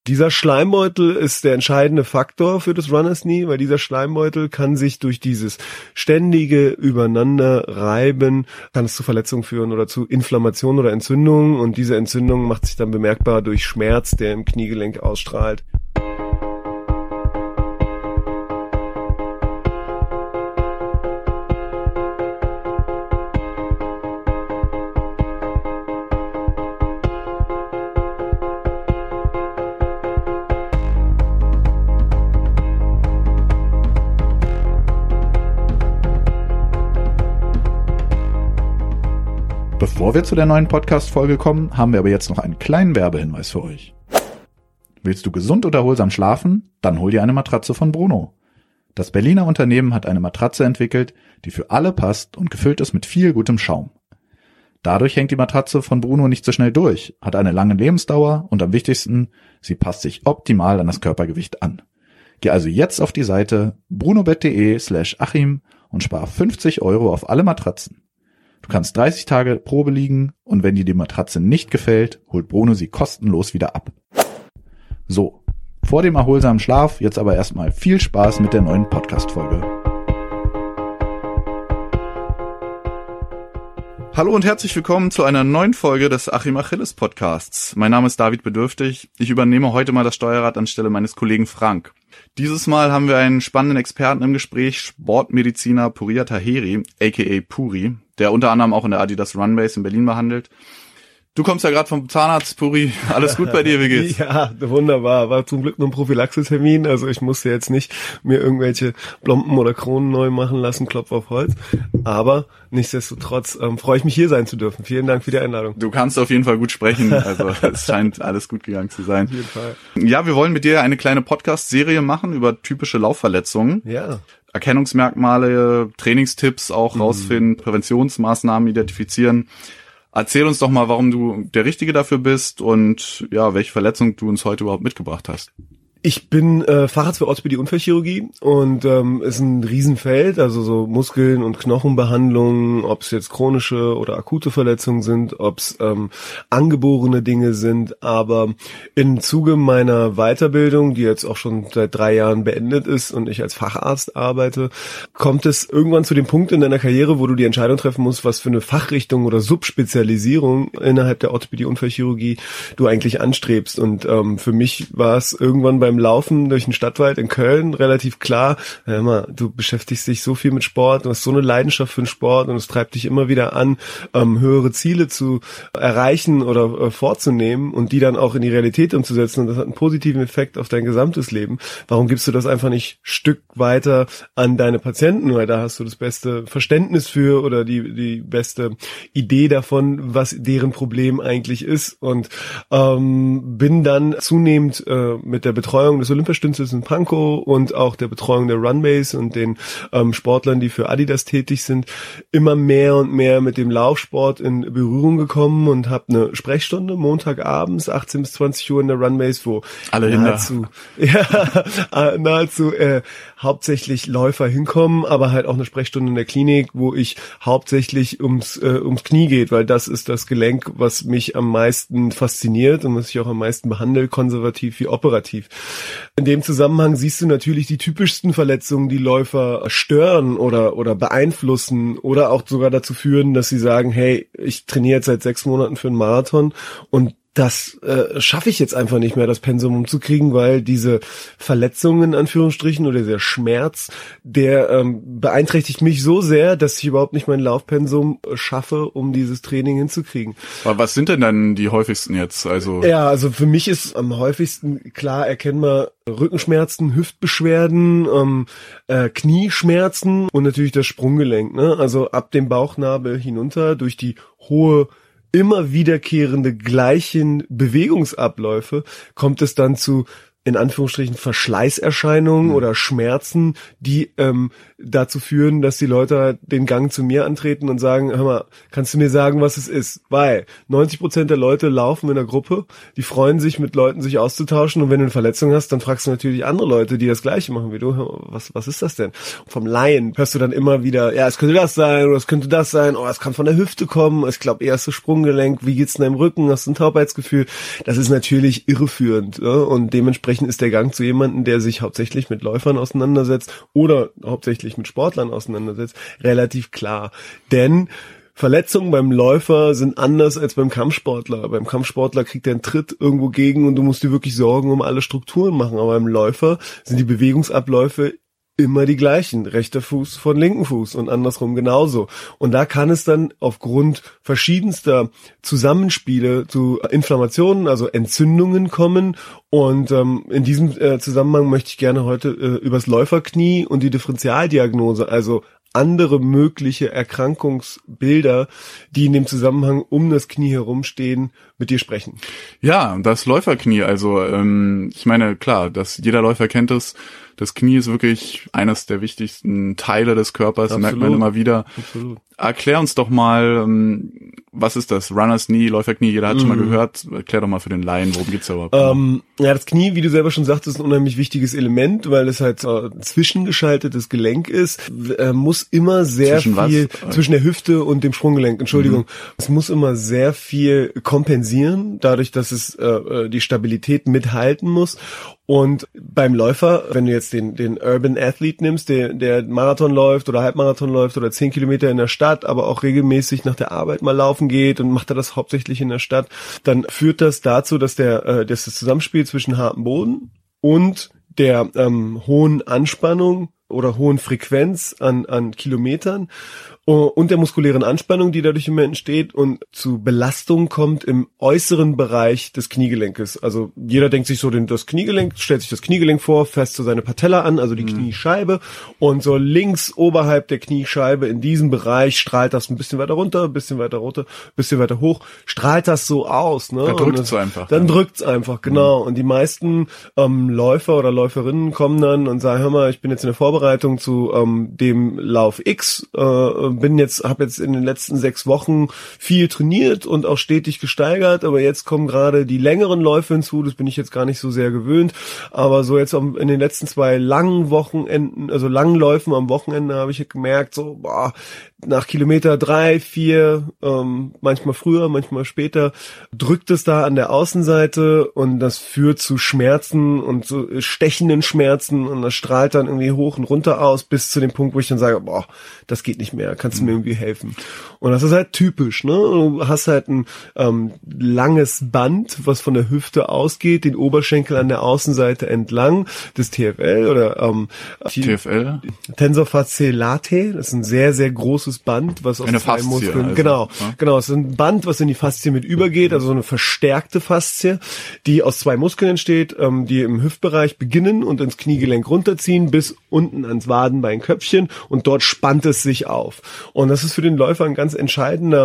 Dieser Schleimbeutel ist der entscheidende Faktor für das Runners Knee, weil dieser Schleimbeutel kann sich durch dieses ständige Übereinanderreiben, kann es zu Verletzungen führen oder zu Inflammationen oder Entzündungen, und diese Entzündung macht sich dann bemerkbar durch Schmerz, der im Kniegelenk ausstrahlt. Bevor wir zu der neuen Podcast-Folge kommen, haben wir aber jetzt noch einen kleinen Werbehinweis für euch. Willst du gesund und erholsam schlafen? Dann hol dir eine Matratze von Bruno. Das Berliner Unternehmen hat eine Matratze entwickelt, die für alle passt und gefüllt ist mit viel gutem Schaum. Dadurch hängt die Matratze von Bruno nicht so schnell durch, hat eine lange Lebensdauer und am wichtigsten, sie passt sich optimal an das Körpergewicht an. Geh also jetzt auf die Seite brunobett.de/Achim und spar 50 € auf alle Matratzen. Du kannst 30 Tage Probe liegen und wenn dir die Matratze nicht gefällt, holt Bruno sie kostenlos wieder ab. So, vor dem erholsamen Schlaf jetzt aber erstmal viel Spaß mit der neuen Podcast-Folge. Hallo und herzlich willkommen zu einer neuen Folge des Achim Achilles Podcasts. Mein Name ist David Bedürftig. Ich übernehme heute mal das Steuerrad anstelle meines Kollegen Frank. Dieses Mal haben wir einen spannenden Experten im Gespräch, Sportmediziner Puriya Taheri, aka Puri, der unter anderem auch in der Adidas Runbase in Berlin behandelt. Du kommst ja gerade vom Zahnarzt, Puri. Alles gut bei dir, wie geht's? Ja, wunderbar. War zum Glück nur ein Prophylaxetermin, also ich musste jetzt nicht mir irgendwelche Plomben oder Kronen neu machen lassen, Klopf auf Holz. Aber nichtsdestotrotz freue ich mich, hier sein zu dürfen. Vielen Dank für die Einladung. Du kannst auf jeden Fall gut sprechen, also es scheint alles gut gegangen zu sein. Auf jeden Fall. Ja, wir wollen mit dir eine kleine Podcast-Serie machen über typische Laufverletzungen. Ja. Erkennungsmerkmale, Trainingstipps auch rausfinden, Präventionsmaßnahmen identifizieren. Erzähl uns doch mal, warum du der Richtige dafür bist und ja, welche Verletzung du uns heute überhaupt mitgebracht hast. Ich bin Facharzt für Orthopädie-Unfallchirurgie und ist ein Riesenfeld, also so Muskeln- und Knochenbehandlungen, ob es jetzt chronische oder akute Verletzungen sind, ob es angeborene Dinge sind, aber im Zuge meiner Weiterbildung, die jetzt auch schon seit 3 Jahren beendet ist und ich als Facharzt arbeite, kommt es irgendwann zu dem Punkt in deiner Karriere, wo du die Entscheidung treffen musst, was für eine Fachrichtung oder Subspezialisierung innerhalb der Orthopädie-Unfallchirurgie du eigentlich anstrebst, und für mich war es irgendwann beim Laufen durch den Stadtwald in Köln relativ klar, du beschäftigst dich so viel mit Sport, du hast so eine Leidenschaft für den Sport und es treibt dich immer wieder an, höhere Ziele zu erreichen oder vorzunehmen und die dann auch in die Realität umzusetzen, und das hat einen positiven Effekt auf dein gesamtes Leben. Warum gibst du das einfach nicht Stück weiter an deine Patienten, weil da hast du das beste Verständnis für oder die beste Idee davon, was deren Problem eigentlich ist, und bin dann zunehmend mit der Betreuung des Olympiastützels in Pankow und auch der Betreuung der Runbase und den Sportlern, die für Adidas tätig sind, immer mehr und mehr mit dem Laufsport in Berührung gekommen und habe eine Sprechstunde Montagabends 18 bis 20 Uhr in der Runbase, wo alle nahezu hauptsächlich Läufer hinkommen, aber halt auch eine Sprechstunde in der Klinik, wo ich hauptsächlich ums Knie geht, weil das ist das Gelenk, was mich am meisten fasziniert und was ich auch am meisten behandle, konservativ wie operativ. In dem Zusammenhang siehst du natürlich die typischsten Verletzungen, die Läufer stören oder beeinflussen oder auch sogar dazu führen, dass sie sagen, hey, ich trainiere jetzt seit 6 Monaten für einen Marathon und das schaffe ich jetzt einfach nicht mehr, das Pensum umzukriegen, weil diese Verletzungen in Anführungsstrichen oder der Schmerz, der beeinträchtigt mich so sehr, dass ich überhaupt nicht mein Laufpensum schaffe, um dieses Training hinzukriegen. Aber was sind denn dann die häufigsten jetzt? Also für mich ist am häufigsten klar erkennbar Rückenschmerzen, Hüftbeschwerden, Knieschmerzen und natürlich das Sprunggelenk, ne? Also ab dem Bauchnabel hinunter durch die hohe, immer wiederkehrende gleichen Bewegungsabläufe kommt es dann zu in Anführungsstrichen Verschleißerscheinungen oder Schmerzen, die dazu führen, dass die Leute den Gang zu mir antreten und sagen, hör mal, kannst du mir sagen, was es ist? Weil 90% der Leute laufen in der Gruppe, die freuen sich, mit Leuten sich auszutauschen, und wenn du eine Verletzung hast, dann fragst du natürlich andere Leute, die das Gleiche machen wie du, was ist das denn? Vom Laien hörst du dann immer wieder, ja, es könnte das sein oder es könnte das sein, oh, es kann von der Hüfte kommen, ich glaube eher das Sprunggelenk, wie geht's in deinem Rücken, hast du ein Taubheitsgefühl? Das ist natürlich irreführend, ja? Und dementsprechend ist der Gang zu jemandem, der sich hauptsächlich mit Läufern auseinandersetzt oder hauptsächlich mit Sportlern auseinandersetzt, relativ klar. Denn Verletzungen beim Läufer sind anders als beim Kampfsportler. Beim Kampfsportler kriegt er einen Tritt irgendwo gegen und du musst dir wirklich Sorgen um alle Strukturen machen. Aber beim Läufer sind die Bewegungsabläufe immer die gleichen. Rechter Fuß von linken Fuß und andersrum genauso. Und da kann es dann aufgrund verschiedenster Zusammenspiele zu Inflammationen, also Entzündungen kommen. Und in diesem Zusammenhang möchte ich gerne heute übers Läuferknie und die Differentialdiagnose, also andere mögliche Erkrankungsbilder, die in dem Zusammenhang um das Knie herumstehen, mit dir sprechen. Ja, das Läuferknie, also ich meine, klar, jeder Läufer kennt es. Das Knie ist wirklich eines der wichtigsten Teile des Körpers, Absolut. merkt man immer wieder. Absolut. Erklär uns doch mal, was ist das? Runners Knee, Läuferknie, jeder hat schon mal gehört. Erklär doch mal für den Laien, worum geht's da überhaupt? Ja, das Knie, wie du selber schon sagtest, ist ein unheimlich wichtiges Element, weil es halt ein zwischengeschaltetes Gelenk ist. Muss immer sehr viel zwischen der Hüfte und dem Sprunggelenk, Entschuldigung. Es muss immer sehr viel kompensieren, dadurch, dass es die Stabilität mithalten muss. Und beim Läufer, wenn du jetzt den Urban Athlete nimmst, der Marathon läuft oder Halbmarathon läuft oder 10 Kilometer in der Stadt, aber auch regelmäßig nach der Arbeit mal laufen geht und macht er das hauptsächlich in der Stadt, dann führt das dazu, dass das Zusammenspiel zwischen hartem Boden und der hohen Anspannung oder hohen Frequenz an Kilometern und der muskulären Anspannung, die dadurch immer entsteht und zu Belastung kommt im äußeren Bereich des Kniegelenkes. Also jeder denkt sich so das Kniegelenk, stellt sich das Kniegelenk vor, fässt so seine Patella an, also die Kniescheibe, und so links oberhalb der Kniescheibe in diesem Bereich strahlt das ein bisschen weiter runter, ein bisschen weiter hoch, strahlt das so aus. Ne? Dann drückt's einfach. Dann drückt's einfach, genau. Und die meisten Läufer oder Läuferinnen kommen dann und sagen, hör mal, ich bin jetzt in der Vorbereitung zu dem Lauf X, habe jetzt in den letzten 6 Wochen viel trainiert und auch stetig gesteigert, aber jetzt kommen gerade die längeren Läufe hinzu, das bin ich jetzt gar nicht so sehr gewöhnt, aber so jetzt in den letzten 2 langen Wochenenden, also langen Läufen am Wochenende habe ich gemerkt, so nach Kilometer 3, 4, manchmal früher, manchmal später, drückt es da an der Außenseite und das führt zu Schmerzen und so stechenden Schmerzen und das strahlt dann irgendwie hoch und runter aus bis zu dem Punkt, wo ich dann sage, das geht nicht mehr, kannst du mir irgendwie helfen? Und das ist halt typisch, ne? Du hast halt ein langes Band, was von der Hüfte ausgeht, den Oberschenkel an der Außenseite entlang des TFL oder TFL? Tensor fasciae latae, das ist ein sehr, sehr großes Band, was aus 2 Muskeln, also, genau, es ist ein Band, was in die Faszie mit übergeht, also so eine verstärkte Faszie, die aus 2 Muskeln entsteht, die im Hüftbereich beginnen und ins Kniegelenk runterziehen bis unten ans Wadenbeinköpfchen und dort spannt es sich auf. Und das ist für den Läufer ein ganz entscheidende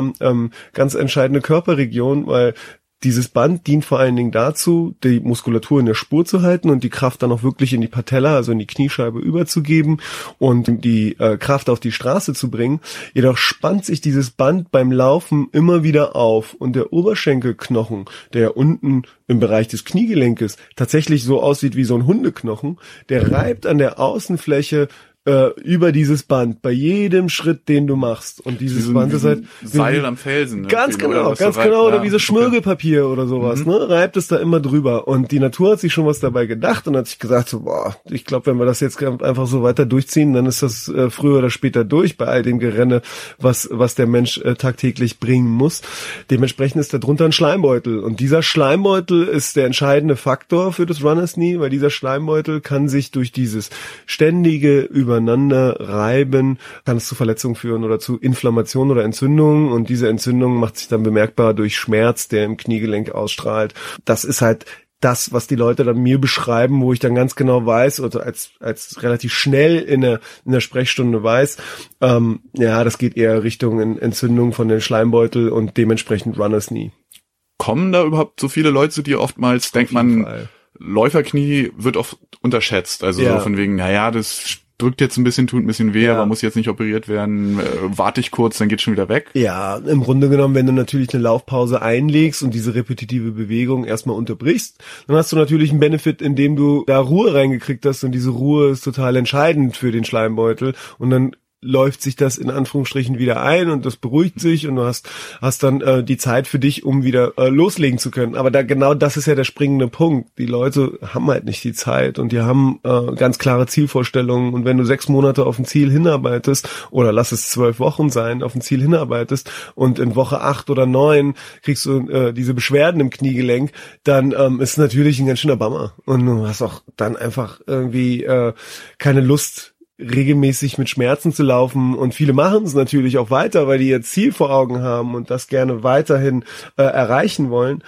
Körperregion, weil dieses Band dient vor allen Dingen dazu, die Muskulatur in der Spur zu halten und die Kraft dann auch wirklich in die Patella, also in die Kniescheibe überzugeben und die Kraft auf die Straße zu bringen. Jedoch spannt sich dieses Band beim Laufen immer wieder auf und der Oberschenkelknochen, der unten im Bereich des Kniegelenkes tatsächlich so aussieht wie so ein Hundeknochen, der reibt an der Außenfläche über dieses Band, bei jedem Schritt, den du machst. Und dieses Band ist halt Seil am Felsen. Ganz genau, oder wie so Schmirgelpapier oder sowas, ne? Reibt es da immer drüber. Und die Natur hat sich schon was dabei gedacht und hat sich gesagt, so, ich glaube, wenn wir das jetzt einfach so weiter durchziehen, dann ist das früher oder später durch bei all dem Gerenne, was der Mensch tagtäglich bringen muss. Dementsprechend ist da drunter ein Schleimbeutel. Und dieser Schleimbeutel ist der entscheidende Faktor für das Runners Knee, weil dieser Schleimbeutel kann sich durch dieses ständige übereinander reiben, kann es zu Verletzungen führen oder zu Inflammation oder Entzündungen und diese Entzündung macht sich dann bemerkbar durch Schmerz, der im Kniegelenk ausstrahlt. Das ist halt das, was die Leute dann mir beschreiben, wo ich dann ganz genau weiß oder als relativ schnell in der Sprechstunde weiß, das geht eher Richtung Entzündung von den Schleimbeutel und dementsprechend Runners Knee. Kommen da überhaupt so viele Leute zu dir? Oftmals denkt man, Läuferknie wird oft unterschätzt. Also so von wegen, naja, das drückt jetzt ein bisschen, tut ein bisschen weh, aber muss jetzt nicht operiert werden, warte ich kurz, dann geht's schon wieder weg. Ja, im Grunde genommen, wenn du natürlich eine Laufpause einlegst und diese repetitive Bewegung erstmal unterbrichst, dann hast du natürlich einen Benefit, indem du da Ruhe reingekriegt hast und diese Ruhe ist total entscheidend für den Schleimbeutel und dann läuft sich das in Anführungsstrichen wieder ein und das beruhigt sich und du hast dann die Zeit für dich, um wieder loslegen zu können. Aber genau das ist ja der springende Punkt. Die Leute haben halt nicht die Zeit und die haben ganz klare Zielvorstellungen und wenn du 6 Monate auf ein Ziel hinarbeitest oder lass es 12 Wochen sein, auf ein Ziel hinarbeitest und in Woche 8 oder 9 kriegst du diese Beschwerden im Kniegelenk, dann ist natürlich ein ganz schöner Bummer und du hast auch dann einfach irgendwie keine Lust, regelmäßig mit Schmerzen zu laufen und viele machen es natürlich auch weiter, weil die ihr Ziel vor Augen haben und das gerne weiterhin erreichen wollen,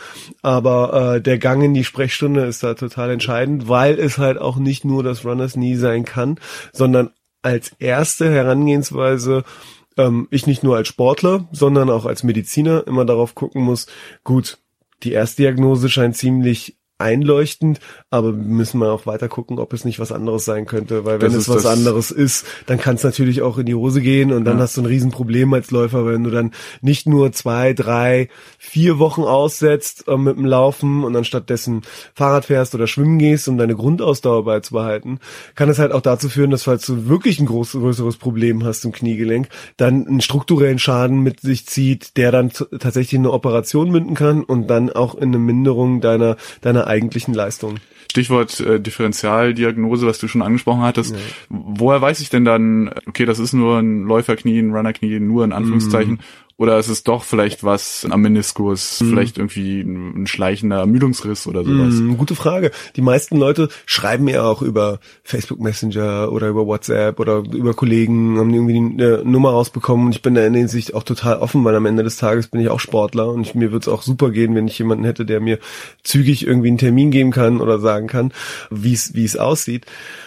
aber der Gang in die Sprechstunde ist da total entscheidend, weil es halt auch nicht nur das Runners Knee sein kann, sondern als erste Herangehensweise ich nicht nur als Sportler, sondern auch als Mediziner immer darauf gucken muss, gut, die Erstdiagnose scheint ziemlich einleuchtend, aber wir müssen mal auch weiter gucken, ob es nicht was anderes sein könnte, weil wenn es was anderes ist, dann kann es natürlich auch in die Hose gehen und dann hast du ein Riesenproblem als Läufer, wenn du dann nicht nur 2, 3, 4 Wochen aussetzt mit dem Laufen und dann stattdessen Fahrrad fährst oder schwimmen gehst, um deine Grundausdauer beizubehalten, kann es halt auch dazu führen, dass falls du wirklich ein größeres Problem hast im Kniegelenk, dann einen strukturellen Schaden mit sich zieht, der dann tatsächlich in eine Operation münden kann und dann auch in eine Minderung deiner eigentlichen Leistung. Stichwort Differentialdiagnose, was du schon angesprochen hattest. Ja. Woher weiß ich denn dann, okay, das ist nur ein Läuferknie, ein Runnerknie, nur in Anführungszeichen, oder ist es doch vielleicht was am Meniskus, vielleicht irgendwie ein schleichender Ermüdungsriss oder sowas? Gute Frage. Die meisten Leute schreiben mir auch über Facebook Messenger oder über WhatsApp oder über Kollegen, haben irgendwie eine Nummer rausbekommen und ich bin da in der Hinsicht auch total offen, weil am Ende des Tages bin ich auch Sportler und mir würde es auch super gehen, wenn ich jemanden hätte, der mir zügig irgendwie einen Termin geben kann oder sagen kann, wie es aussieht.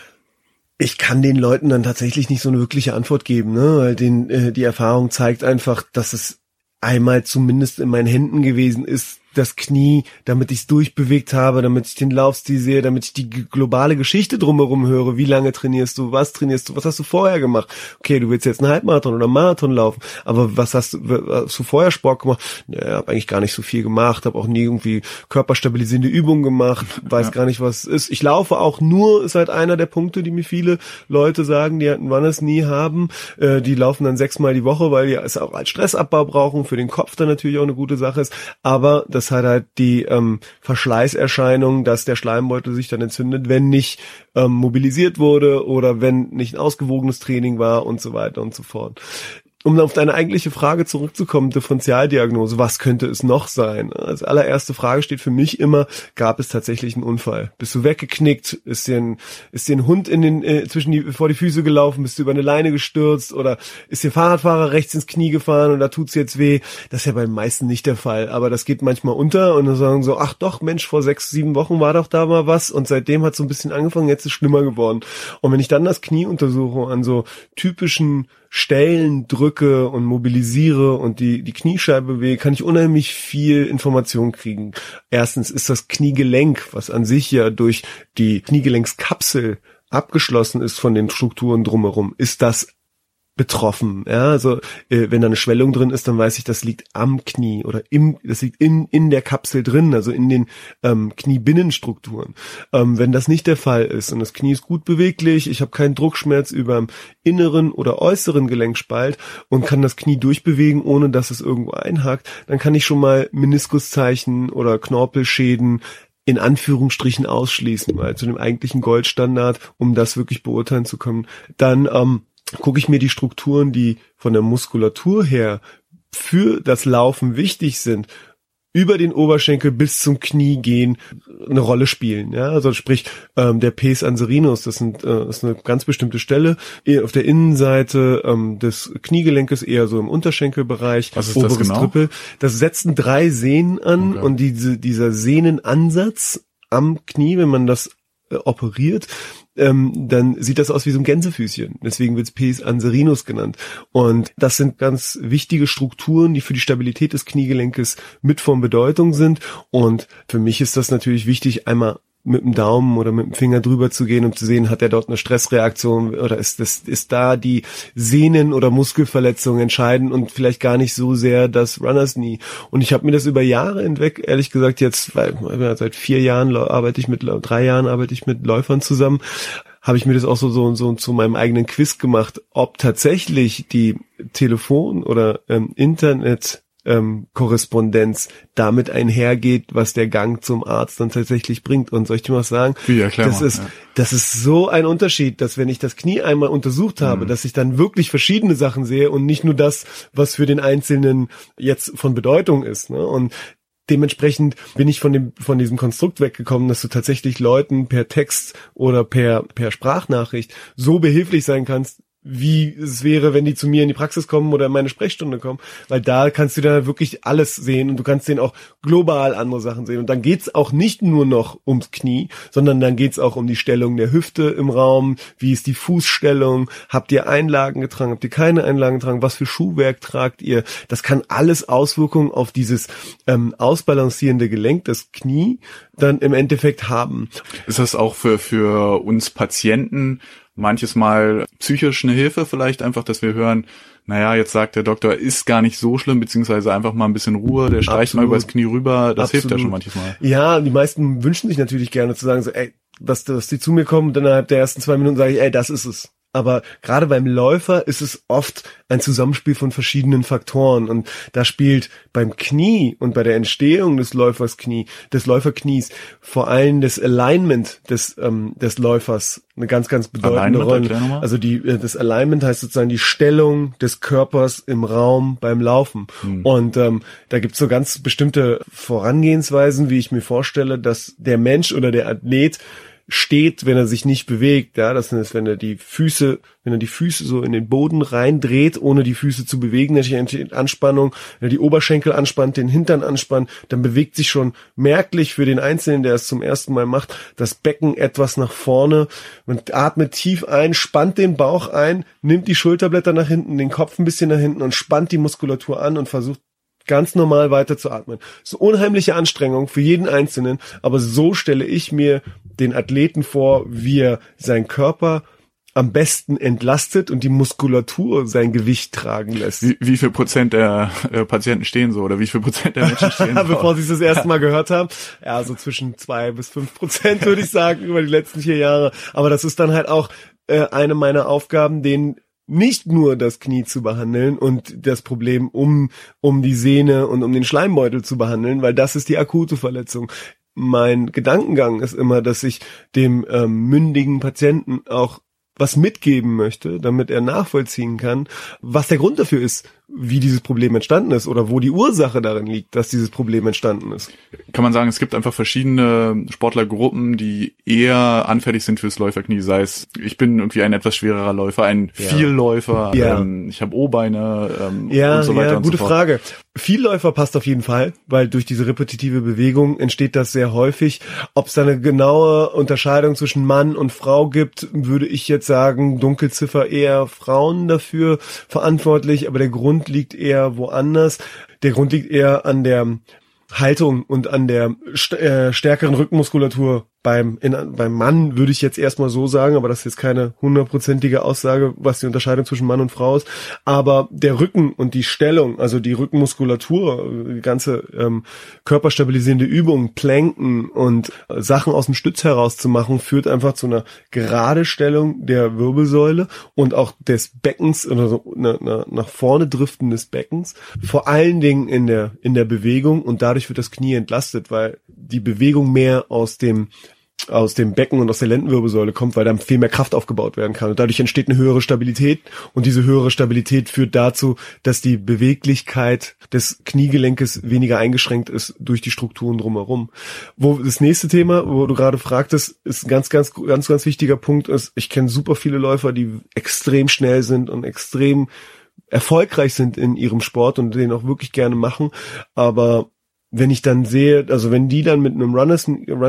Ich kann den Leuten dann tatsächlich nicht so eine wirkliche Antwort geben, ne? Weil die Erfahrung zeigt einfach, dass es einmal zumindest in meinen Händen gewesen ist, das Knie, damit ich es durchbewegt habe, damit ich den Laufstil sehe, damit ich die globale Geschichte drumherum höre. Wie lange trainierst du? Was hast du vorher gemacht? Okay, du willst jetzt einen Halbmarathon oder einen Marathon laufen, aber hast du vorher Sport gemacht? Ja, habe eigentlich gar nicht so viel gemacht, habe auch nie irgendwie körperstabilisierende Übungen gemacht, weiß gar nicht, was es ist. Ich laufe auch nur, ist halt einer der Punkte, die mir viele Leute sagen, die halt einen Runners Knee haben. Die laufen dann 6-mal die Woche, weil die es auch als Stressabbau brauchen, für den Kopf dann natürlich auch eine gute Sache ist. Aber das hat halt die Verschleißerscheinung, dass der Schleimbeutel sich dann entzündet, wenn nicht mobilisiert wurde oder wenn nicht ein ausgewogenes Training war und so weiter und so fort. Um auf deine eigentliche Frage zurückzukommen, Differentialdiagnose, was könnte es noch sein? Als allererste Frage steht für mich immer, gab es tatsächlich einen Unfall? Bist du weggeknickt? Ist dir ein Hund vor die Füße gelaufen? Bist du über eine Leine gestürzt? Oder ist dir Fahrradfahrer rechts ins Knie gefahren und da tut's jetzt weh? Das ist ja bei den meisten nicht der Fall, aber das geht manchmal unter und dann sagen so, ach doch, Mensch, vor 6, 7 Wochen war doch da mal was und seitdem hat es so ein bisschen angefangen, jetzt ist es schlimmer geworden. Und wenn ich dann das Knie untersuche an so typischen Stellen drücke und mobilisiere und die Kniescheibe bewege, kann ich unheimlich viel Information kriegen. Erstens ist das Kniegelenk, was an sich ja durch die Kniegelenkskapsel abgeschlossen ist von den Strukturen drumherum, ist das betroffen. Ja, also wenn da eine Schwellung drin ist, dann weiß ich, das liegt am Knie oder das liegt in der Kapsel drin, also in den Kniebinnenstrukturen. Wenn das nicht der Fall ist und das Knie ist gut beweglich, ich habe keinen Druckschmerz über dem inneren oder äußeren Gelenkspalt und kann das Knie durchbewegen, ohne dass es irgendwo einhakt, dann kann ich schon mal Meniskuszeichen oder Knorpelschäden in Anführungsstrichen ausschließen, weil zu dem eigentlichen Goldstandard, um das wirklich beurteilen zu können, dann gucke ich mir die Strukturen, die von der Muskulatur her für das Laufen wichtig sind, über den Oberschenkel bis zum Knie gehen, eine Rolle spielen. Ja, also sprich der Pes anserinus, das ist eine ganz bestimmte Stelle auf der Innenseite des Kniegelenkes, eher so im Unterschenkelbereich. Was ist das genau? Trippel. Das setzen 3 Sehnen an und dieser Sehnenansatz am Knie, wenn man das operiert, dann sieht das aus wie so ein Gänsefüßchen. Deswegen wird es Pes anserinus genannt. Und das sind ganz wichtige Strukturen, die für die Stabilität des Kniegelenkes mit von Bedeutung sind. Und für mich ist das natürlich wichtig, einmal mit dem Daumen oder mit dem Finger drüber zu gehen, um zu sehen, hat er dort eine Stressreaktion oder ist da die Sehnen- oder Muskelverletzung entscheidend und vielleicht gar nicht so sehr das Runners Knee. Und ich habe mir das über Jahre hinweg, ehrlich gesagt jetzt, weil seit 3 Jahren arbeite ich mit Läufern zusammen, habe ich mir das auch so zu meinem eigenen Quiz gemacht, ob tatsächlich die Telefon- oder Internet Korrespondenz damit einhergeht, was der Gang zum Arzt dann tatsächlich bringt. Und soll ich dir mal sagen, das ist so ein Unterschied, dass wenn ich das Knie einmal untersucht habe, dass ich dann wirklich verschiedene Sachen sehe und nicht nur das, was für den Einzelnen jetzt von Bedeutung ist. Ne? Und dementsprechend bin ich von diesem Konstrukt weggekommen, dass du tatsächlich Leuten per Text oder per Sprachnachricht so behilflich sein kannst, wie es wäre, wenn die zu mir in die Praxis kommen oder in meine Sprechstunde kommen, weil da kannst du dann wirklich alles sehen und du kannst denen auch global andere Sachen sehen und dann geht's auch nicht nur noch ums Knie, sondern dann geht's auch um die Stellung der Hüfte im Raum, wie ist die Fußstellung, habt ihr Einlagen getragen, habt ihr keine Einlagen getragen, was für Schuhwerk tragt ihr, das kann alles Auswirkungen auf dieses ausbalancierende Gelenk, das Knie, dann im Endeffekt haben. Ist das auch für uns Patienten manches Mal psychisch eine Hilfe vielleicht einfach, dass wir hören, naja, jetzt sagt der Doktor, ist gar nicht so schlimm, beziehungsweise einfach mal ein bisschen Ruhe, der streicht mal übers Knie rüber, das hilft ja schon manches Mal. Ja, die meisten wünschen sich natürlich gerne zu sagen, so, ey, dass die zu mir kommen und dann innerhalb der ersten 2 Minuten sage ich, ey, das ist es. Aber gerade beim Läufer ist es oft ein Zusammenspiel von verschiedenen Faktoren und da spielt beim Knie und bei der Entstehung des Läuferknies vor allem das Alignment des Läufers eine ganz, ganz bedeutende Rolle. Also das Alignment heißt sozusagen die Stellung des Körpers im Raum beim Laufen. Und da gibt's so ganz bestimmte Vorangehensweisen, wie ich mir vorstelle, dass der Mensch oder der Athlet steht, wenn er sich nicht bewegt, ja, das ist, wenn er die Füße so in den Boden reindreht, ohne die Füße zu bewegen, dann entsteht Anspannung, wenn er die Oberschenkel anspannt, den Hintern anspannt, dann bewegt sich schon merklich für den Einzelnen, der es zum ersten Mal macht, das Becken etwas nach vorne, man atmet tief ein, spannt den Bauch ein, nimmt die Schulterblätter nach hinten, den Kopf ein bisschen nach hinten und spannt die Muskulatur an und versucht ganz normal weiter zu atmen. So unheimliche Anstrengung für jeden Einzelnen, aber so stelle ich mir den Athleten vor, wie er seinen Körper am besten entlastet und die Muskulatur sein Gewicht tragen lässt. Wie viel Prozent der Patienten stehen so oder wie viel Prozent der Menschen stehen so? Bevor sie es das erste Mal gehört haben, ja, so zwischen 2-5% würde ich sagen über die letzten 4 Jahre. Aber das ist dann halt auch eine meiner Aufgaben, den nicht nur das Knie zu behandeln und das Problem um die Sehne und um den Schleimbeutel zu behandeln, weil das ist die akute Verletzung. Mein Gedankengang ist immer, dass ich dem mündigen Patienten auch was mitgeben möchte, damit er nachvollziehen kann, was der Grund dafür ist, wie dieses Problem entstanden ist oder wo die Ursache darin liegt, dass dieses Problem entstanden ist. Kann man sagen, es gibt einfach verschiedene Sportlergruppen, die eher anfällig sind fürs Läuferknie, sei es, ich bin irgendwie ein etwas schwererer Läufer, ein Vielläufer, ich habe O-Beine und so weiter und so fort. Gute Frage. Vielläufer passt auf jeden Fall, weil durch diese repetitive Bewegung entsteht das sehr häufig. Ob es da eine genaue Unterscheidung zwischen Mann und Frau gibt, würde ich jetzt sagen, Dunkelziffer eher Frauen dafür verantwortlich, aber der Grund liegt eher woanders. Der Grund liegt eher an der Haltung und an der stärkeren Rückenmuskulatur. Beim Mann würde ich jetzt erstmal so sagen, aber das ist jetzt keine 100%ige Aussage, was die Unterscheidung zwischen Mann und Frau ist. Aber der Rücken und die Stellung, also die Rückenmuskulatur, die ganze körperstabilisierende Übung, Planken und Sachen aus dem Stütz herauszumachen, führt einfach zu einer gerade Stellung der Wirbelsäule und auch des Beckens oder so nach vorne driften des Beckens. Vor allen Dingen in der Bewegung und dadurch wird das Knie entlastet, weil die Bewegung mehr aus dem Becken und aus der Lendenwirbelsäule kommt, weil dann viel mehr Kraft aufgebaut werden kann. Und dadurch entsteht eine höhere Stabilität und diese höhere Stabilität führt dazu, dass die Beweglichkeit des Kniegelenkes weniger eingeschränkt ist durch die Strukturen drumherum. Wo das nächste Thema, wo du gerade fragtest, ist ein ganz wichtiger Punkt ist, ich kenne super viele Läufer, die extrem schnell sind und extrem erfolgreich sind in ihrem Sport und den auch wirklich gerne machen, aber wenn ich dann sehe, also wenn die dann mit einem Runners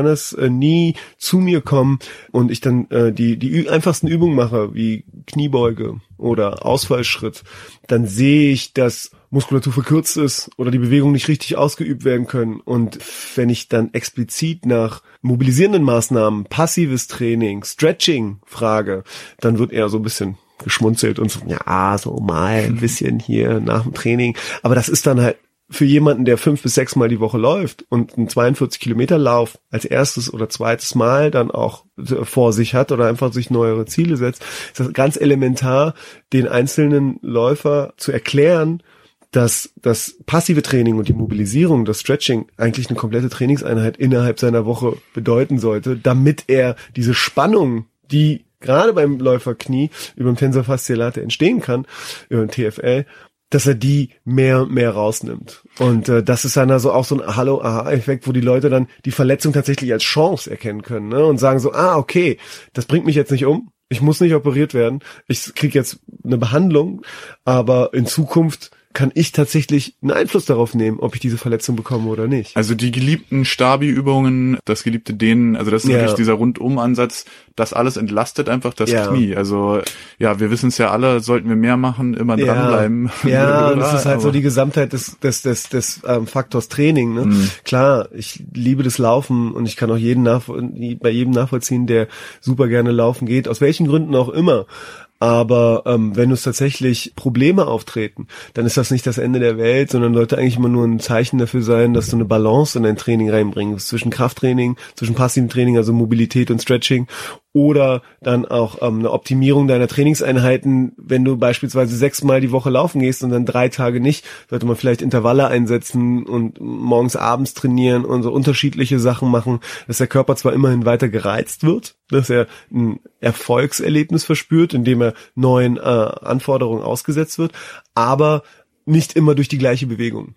Knee zu mir kommen und ich dann die einfachsten Übungen mache, wie Kniebeuge oder Ausfallschritt, dann sehe ich, dass Muskulatur verkürzt ist oder die Bewegungen nicht richtig ausgeübt werden können. Und wenn ich dann explizit nach mobilisierenden Maßnahmen, passives Training, Stretching frage, dann wird eher so ein bisschen geschmunzelt und so, ja, so mal ein bisschen hier nach dem Training. Aber das ist dann halt für jemanden, der 5 bis 6 Mal die Woche läuft und einen 42 Kilometer Lauf als erstes oder zweites Mal dann auch vor sich hat oder einfach sich neuere Ziele setzt, ist das ganz elementar, den einzelnen Läufer zu erklären, dass das passive Training und die Mobilisierung, das Stretching eigentlich eine komplette Trainingseinheit innerhalb seiner Woche bedeuten sollte, damit er diese Spannung, die gerade beim Läuferknie über dem Tensor fasciae latae entstehen kann, über den TFL, dass er die mehr rausnimmt. Und das ist dann also auch so ein Hallo-Aha-Effekt, wo die Leute dann die Verletzung tatsächlich als Chance erkennen können, ne? Und sagen so, okay, das bringt mich jetzt nicht um, ich muss nicht operiert werden, ich kriege jetzt eine Behandlung, aber in Zukunft kann ich tatsächlich einen Einfluss darauf nehmen, ob ich diese Verletzung bekomme oder nicht. Also die geliebten Stabi-Übungen, das geliebte Dehnen, also das ist wirklich dieser Rundum-Ansatz, das alles entlastet einfach das Knie. Also ja, wir wissen es ja alle, sollten wir mehr machen, immer dranbleiben. Ja, das ist halt so die Gesamtheit des Faktors Training. Ne? Klar, ich liebe das Laufen und ich kann auch bei jedem nachvollziehen, der super gerne laufen geht, aus welchen Gründen auch immer. Aber wenn es tatsächlich Probleme auftreten, dann ist das nicht das Ende der Welt, sondern sollte eigentlich immer nur ein Zeichen dafür sein, dass du eine Balance in dein Training reinbringst, zwischen Krafttraining, zwischen passivem Training, also Mobilität und Stretching, oder dann auch eine Optimierung deiner Trainingseinheiten. Wenn du beispielsweise 6 Mal die Woche laufen gehst und dann 3 Tage nicht, sollte man vielleicht Intervalle einsetzen und morgens, abends trainieren und so unterschiedliche Sachen machen, dass der Körper zwar immerhin weiter gereizt wird, dass er ein Erfolgserlebnis verspürt, indem er neuen Anforderungen ausgesetzt wird, aber nicht immer durch die gleiche Bewegung.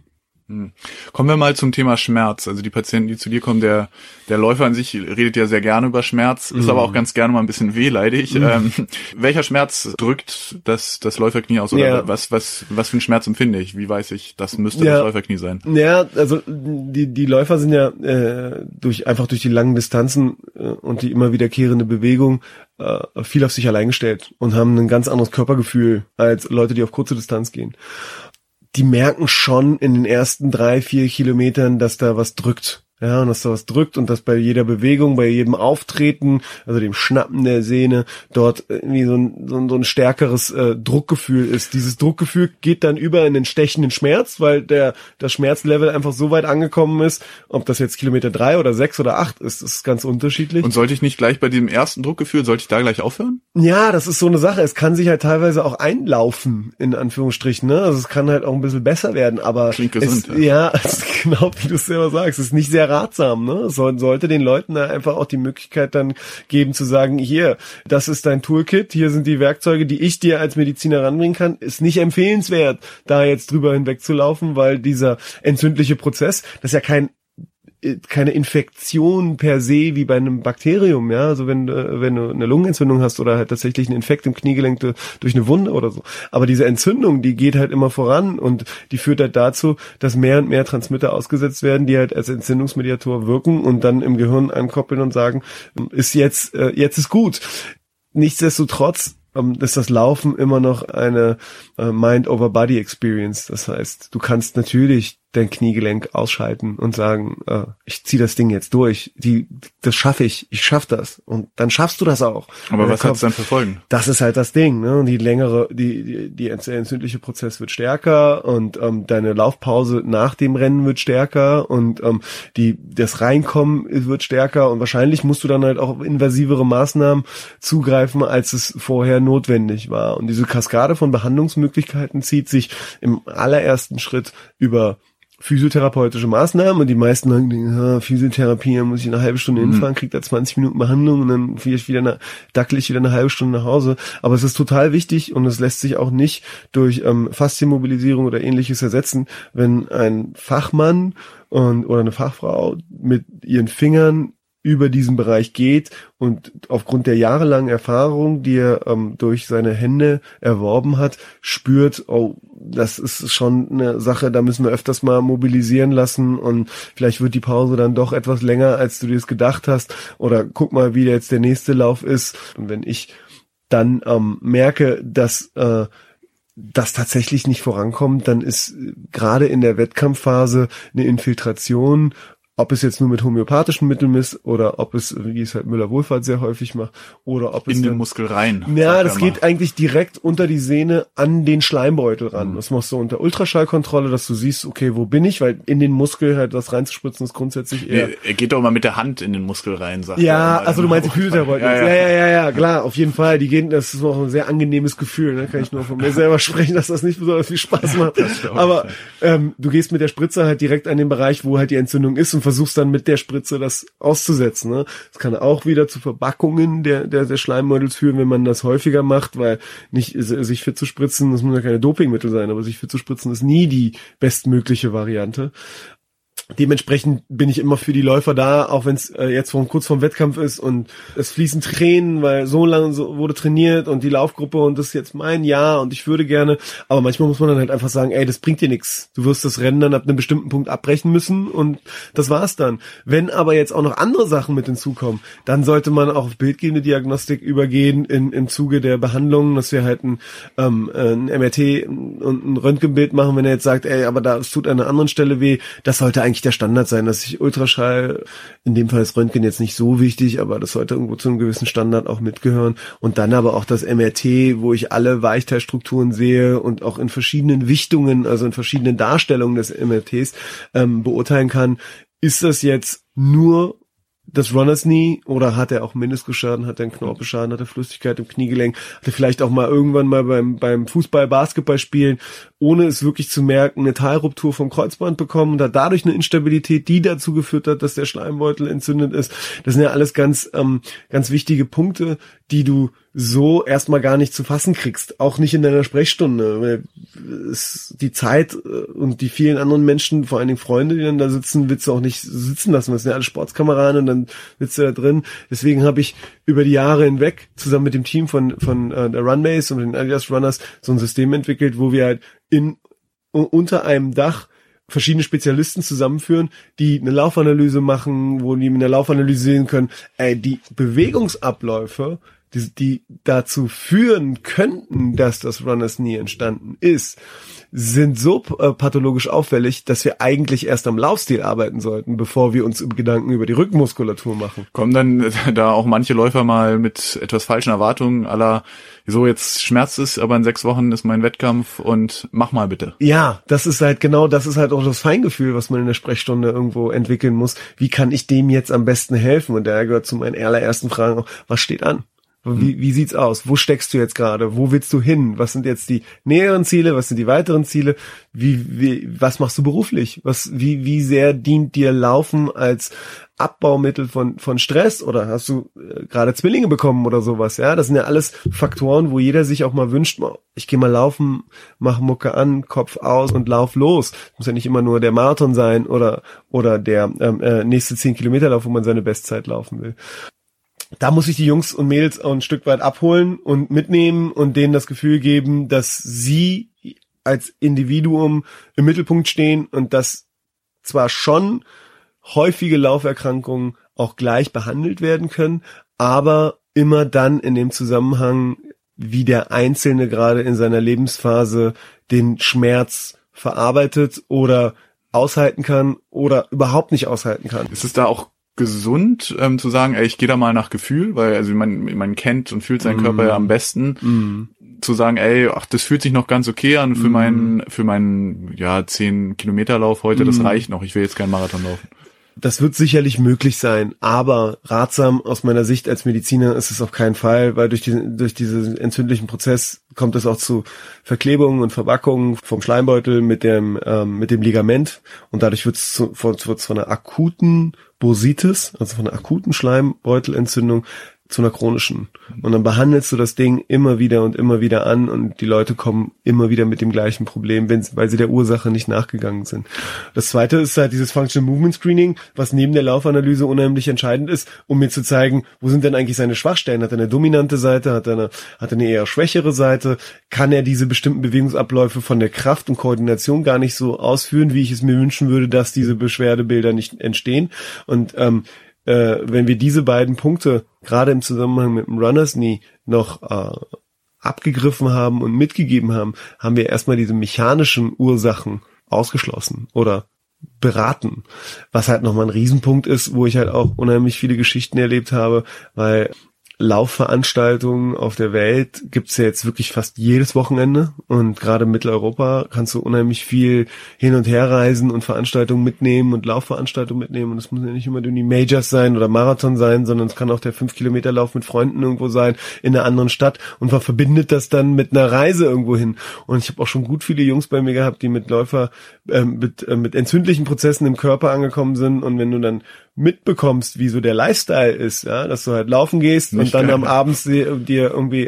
Kommen wir mal zum Thema Schmerz. Also die Patienten, die zu dir kommen, der Läufer an sich redet ja sehr gerne über Schmerz, ist aber auch ganz gerne mal ein bisschen wehleidig. Welcher Schmerz drückt das Läuferknie aus? Oder was für einen Schmerz empfinde ich? Wie weiß ich, das müsste das Läuferknie sein? Ja, also die Läufer sind ja durch die langen Distanzen und die immer wiederkehrende Bewegung viel auf sich allein gestellt und haben ein ganz anderes Körpergefühl als Leute, die auf kurze Distanz gehen. Die merken schon in den ersten 3-4 Kilometern, dass da was drückt. Ja, und dass da was drückt und dass bei jeder Bewegung, bei jedem Auftreten, also dem Schnappen der Sehne, dort irgendwie so ein stärkeres Druckgefühl ist. Dieses Druckgefühl geht dann über in den stechenden Schmerz, weil das Schmerzlevel einfach so weit angekommen ist, ob das jetzt Kilometer 3 oder 6 oder 8 ist, ist ganz unterschiedlich. Und sollte ich nicht gleich bei dem ersten Druckgefühl, sollte ich da gleich aufhören? Ja, das ist so eine Sache. Es kann sich halt teilweise auch einlaufen, in Anführungsstrichen, ne? Also es kann halt auch ein bisschen besser werden, aber klingt gesund, genau wie du es selber sagst, es ist nicht sehr ratsam, ne? Es sollte den Leuten da einfach auch die Möglichkeit dann geben zu sagen, hier, das ist dein Toolkit, hier sind die Werkzeuge, die ich dir als Mediziner ranbringen kann, ist nicht empfehlenswert, da jetzt drüber hinwegzulaufen, weil dieser entzündliche Prozess, das ist ja keine Infektion per se wie bei einem Bakterium, ja, also wenn du eine Lungenentzündung hast oder halt tatsächlich einen Infekt im Kniegelenk durch eine Wunde oder so. Aber diese Entzündung, die geht halt immer voran und die führt halt dazu, dass mehr und mehr Transmitter ausgesetzt werden, die halt als Entzündungsmediator wirken und dann im Gehirn ankoppeln und sagen, jetzt ist gut. Nichtsdestotrotz ist das Laufen immer noch eine Mind-over-Body-Experience. Das heißt, du kannst natürlich dein Kniegelenk ausschalten und sagen, ich ziehe das Ding jetzt durch, das schaffe ich schaff das und dann schaffst du das auch. Aber was hat's dann für Folgen? Das ist halt das Ding, ne? Und die entzündliche Prozess wird stärker und deine Laufpause nach dem Rennen wird stärker und das Reinkommen wird stärker und wahrscheinlich musst du dann halt auch auf invasivere Maßnahmen zugreifen, als es vorher notwendig war. Und diese Kaskade von Behandlungsmöglichkeiten zieht sich im allerersten Schritt über physiotherapeutische Maßnahmen und die meisten sagen, Physiotherapie, da muss ich eine halbe Stunde hinfahren, kriegt da 20 Minuten Behandlung und dann dackel ich wieder eine halbe Stunde nach Hause. Aber es ist total wichtig und es lässt sich auch nicht durch Faszienmobilisierung oder ähnliches ersetzen, wenn ein Fachmann oder eine Fachfrau mit ihren Fingern über diesen Bereich geht und aufgrund der jahrelangen Erfahrung, die er durch seine Hände erworben hat, spürt, das ist schon eine Sache, da müssen wir öfters mal mobilisieren lassen und vielleicht wird die Pause dann doch etwas länger, als du dir es gedacht hast oder guck mal, wie jetzt der nächste Lauf ist. Und wenn ich dann merke, dass das tatsächlich nicht vorankommt, dann ist gerade in der Wettkampfphase eine Infiltration, ob es jetzt nur mit homöopathischen Mitteln ist oder ob es, wie es halt Müller-Wohlfahrt sehr häufig macht, oder ob es in den Muskel rein. Ja, das geht eigentlich direkt unter die Sehne an den Schleimbeutel ran. Das machst du unter Ultraschallkontrolle, dass du siehst, okay, wo bin ich, weil in den Muskel halt was reinzuspritzen ist grundsätzlich eher... Er geht doch mal mit der Hand in den Muskel rein, sagt er. Ja, also du meinst die Filterbeutel. Ja, klar, auf jeden Fall. Die gehen, das ist auch ein sehr angenehmes Gefühl, ne? Kann ich nur von mir selber sprechen, dass das nicht besonders viel Spaß macht. Aber du gehst mit der Spritze halt direkt an den Bereich, wo halt die Entzündung ist und versuchst dann mit der Spritze das auszusetzen. Ne? Das kann auch wieder zu Verbackungen der Schleimbeutels führen, wenn man das häufiger macht, weil nicht sich fit zu spritzen, das muss ja keine Dopingmittel sein, aber sich fit zu spritzen ist nie die bestmögliche Variante. Dementsprechend bin ich immer für die Läufer da, auch wenn es jetzt kurz vorm Wettkampf ist und es fließen Tränen, weil so lange so wurde trainiert und die Laufgruppe und das ist jetzt mein Jahr und ich würde gerne, aber manchmal muss man dann halt einfach sagen, ey, das bringt dir nichts. Du wirst das Rennen dann ab einem bestimmten Punkt abbrechen müssen und das war's dann. Wenn aber jetzt auch noch andere Sachen mit hinzukommen, dann sollte man auch auf bildgebende Diagnostik übergehen im Zuge der Behandlung, dass wir halt ein MRT und ein Röntgenbild machen, wenn er jetzt sagt, ey, aber da es tut an einer anderen Stelle weh, das sollte eigentlich der Standard sein, dass ich Ultraschall, in dem Fall ist Röntgen jetzt nicht so wichtig, aber das sollte irgendwo zu einem gewissen Standard auch mitgehören und dann aber auch das MRT, wo ich alle Weichteilstrukturen sehe und auch in verschiedenen Wichtungen, also in verschiedenen Darstellungen des MRTs beurteilen kann, ist das jetzt nur das Runners Knee oder hat er auch Meniskusschaden, hat er einen Knorpelschaden, hat er Flüssigkeit im Kniegelenk, hat er vielleicht auch mal irgendwann mal beim Fußball, Basketball spielen, ohne es wirklich zu merken, eine Teilruptur vom Kreuzband bekommen und hat dadurch eine Instabilität, die dazu geführt hat, dass der Schleimbeutel entzündet ist. Das sind ja alles ganz wichtige Punkte, die du so erstmal gar nicht zu fassen kriegst, auch nicht in deiner Sprechstunde, weil die Zeit und die vielen anderen Menschen, vor allen Dingen Freunde, die dann da sitzen, willst du auch nicht sitzen lassen, das sind ja alle Sportskameraden und dann sitzt du da drin. Deswegen habe ich über die Jahre hinweg zusammen mit dem Team von der Runbase und den Adidas Runners so ein System entwickelt, wo wir halt unter einem Dach verschiedene Spezialisten zusammenführen, die eine Laufanalyse machen, wo die mit einer Laufanalyse sehen können, die Bewegungsabläufe, die dazu führen könnten, dass das Runners Knee entstanden ist, sind so pathologisch auffällig, dass wir eigentlich erst am Laufstil arbeiten sollten, bevor wir uns Gedanken über die Rückenmuskulatur machen. Kommen dann da auch manche Läufer mal mit etwas falschen Erwartungen, à la, so jetzt schmerzt es, aber in 6 Wochen ist mein Wettkampf und mach mal bitte. Ja, das ist halt auch das Feingefühl, was man in der Sprechstunde irgendwo entwickeln muss. Wie kann ich dem jetzt am besten helfen? Und daher gehört zu meinen allerersten Fragen auch, was steht an? Wie sieht's aus? Wo steckst du jetzt gerade? Wo willst du hin? Was sind jetzt die näheren Ziele? Was sind die weiteren Ziele? Was machst du beruflich? Wie sehr dient dir Laufen als Abbaumittel von Stress? Oder hast du gerade Zwillinge bekommen oder sowas? Ja, das sind ja alles Faktoren, wo jeder sich auch mal wünscht, ich gehe mal laufen, mach Mucke an, Kopf aus und lauf los. Muss ja nicht immer nur der Marathon sein oder der nächste 10 Kilometerlauf, wo man seine Bestzeit laufen will. Da muss ich die Jungs und Mädels auch ein Stück weit abholen und mitnehmen und denen das Gefühl geben, dass sie als Individuum im Mittelpunkt stehen und dass zwar schon häufige Lauferkrankungen auch gleich behandelt werden können, aber immer dann in dem Zusammenhang, wie der Einzelne gerade in seiner Lebensphase den Schmerz verarbeitet oder aushalten kann oder überhaupt nicht aushalten kann. Ist es da auch gesund zu sagen, ich gehe da mal nach Gefühl, weil also man kennt und fühlt seinen Körper ja am besten, zu sagen, das fühlt sich noch ganz okay an für meinen 10 Kilometerlauf heute, das reicht noch, ich will jetzt keinen Marathon laufen. Das wird sicherlich möglich sein, aber ratsam aus meiner Sicht als Mediziner ist es auf keinen Fall, weil durch diesen entzündlichen Prozess kommt es auch zu Verklebungen und Verbackungen vom Schleimbeutel mit dem Ligament und dadurch wird es von einer akuten Bursitis, also von einer akuten Schleimbeutelentzündung zu einer chronischen. Und dann behandelst du das Ding immer wieder an und die Leute kommen immer wieder mit dem gleichen Problem, weil sie der Ursache nicht nachgegangen sind. Das zweite ist halt dieses Functional Movement Screening, was neben der Laufanalyse unheimlich entscheidend ist, um mir zu zeigen, wo sind denn eigentlich seine Schwachstellen? Hat er eine dominante Seite? Hat er eine eher schwächere Seite? Kann er diese bestimmten Bewegungsabläufe von der Kraft und Koordination gar nicht so ausführen, wie ich es mir wünschen würde, dass diese Beschwerdebilder nicht entstehen? Und wenn wir diese beiden Punkte gerade im Zusammenhang mit dem Runners Knee noch abgegriffen haben und mitgegeben haben, haben wir erstmal diese mechanischen Ursachen ausgeschlossen oder beraten, was halt nochmal ein Riesenpunkt ist, wo ich halt auch unheimlich viele Geschichten erlebt habe, weil Laufveranstaltungen auf der Welt gibt's ja jetzt wirklich fast jedes Wochenende und gerade in Mitteleuropa kannst du unheimlich viel hin und her reisen und Veranstaltungen mitnehmen und Laufveranstaltungen mitnehmen und es muss ja nicht immer nur die Majors sein oder Marathon sein, sondern es kann auch der 5-Kilometer-Lauf mit Freunden irgendwo sein in einer anderen Stadt und man verbindet das dann mit einer Reise irgendwo hin und ich habe auch schon gut viele Jungs bei mir gehabt, die mit mit entzündlichen Prozessen im Körper angekommen sind und wenn du dann mitbekommst, wie so der Lifestyle ist, ja, dass du halt laufen gehst und dann am Abend dir irgendwie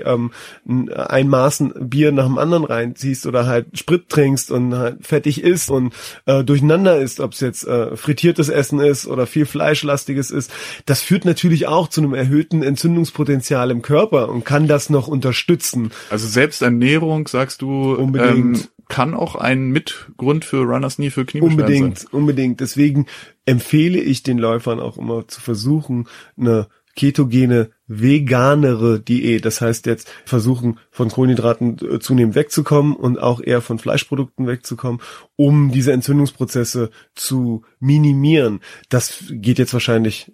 ein Maßen Bier nach dem anderen reinziehst oder halt Sprit trinkst und halt fettig isst und durcheinander isst, ob es jetzt frittiertes Essen ist oder viel fleischlastiges ist, das führt natürlich auch zu einem erhöhten Entzündungspotenzial im Körper und kann das noch unterstützen. Also Selbsternährung, sagst du, unbedingt. Kann auch ein Mitgrund für Runners Knee, für Kniebeschwerden sein. Unbedingt. Deswegen empfehle ich den Läufern auch immer zu versuchen, eine ketogene, veganere Diät. Das heißt jetzt versuchen, von Kohlenhydraten zunehmend wegzukommen und auch eher von Fleischprodukten wegzukommen, um diese Entzündungsprozesse zu minimieren. Das geht jetzt wahrscheinlich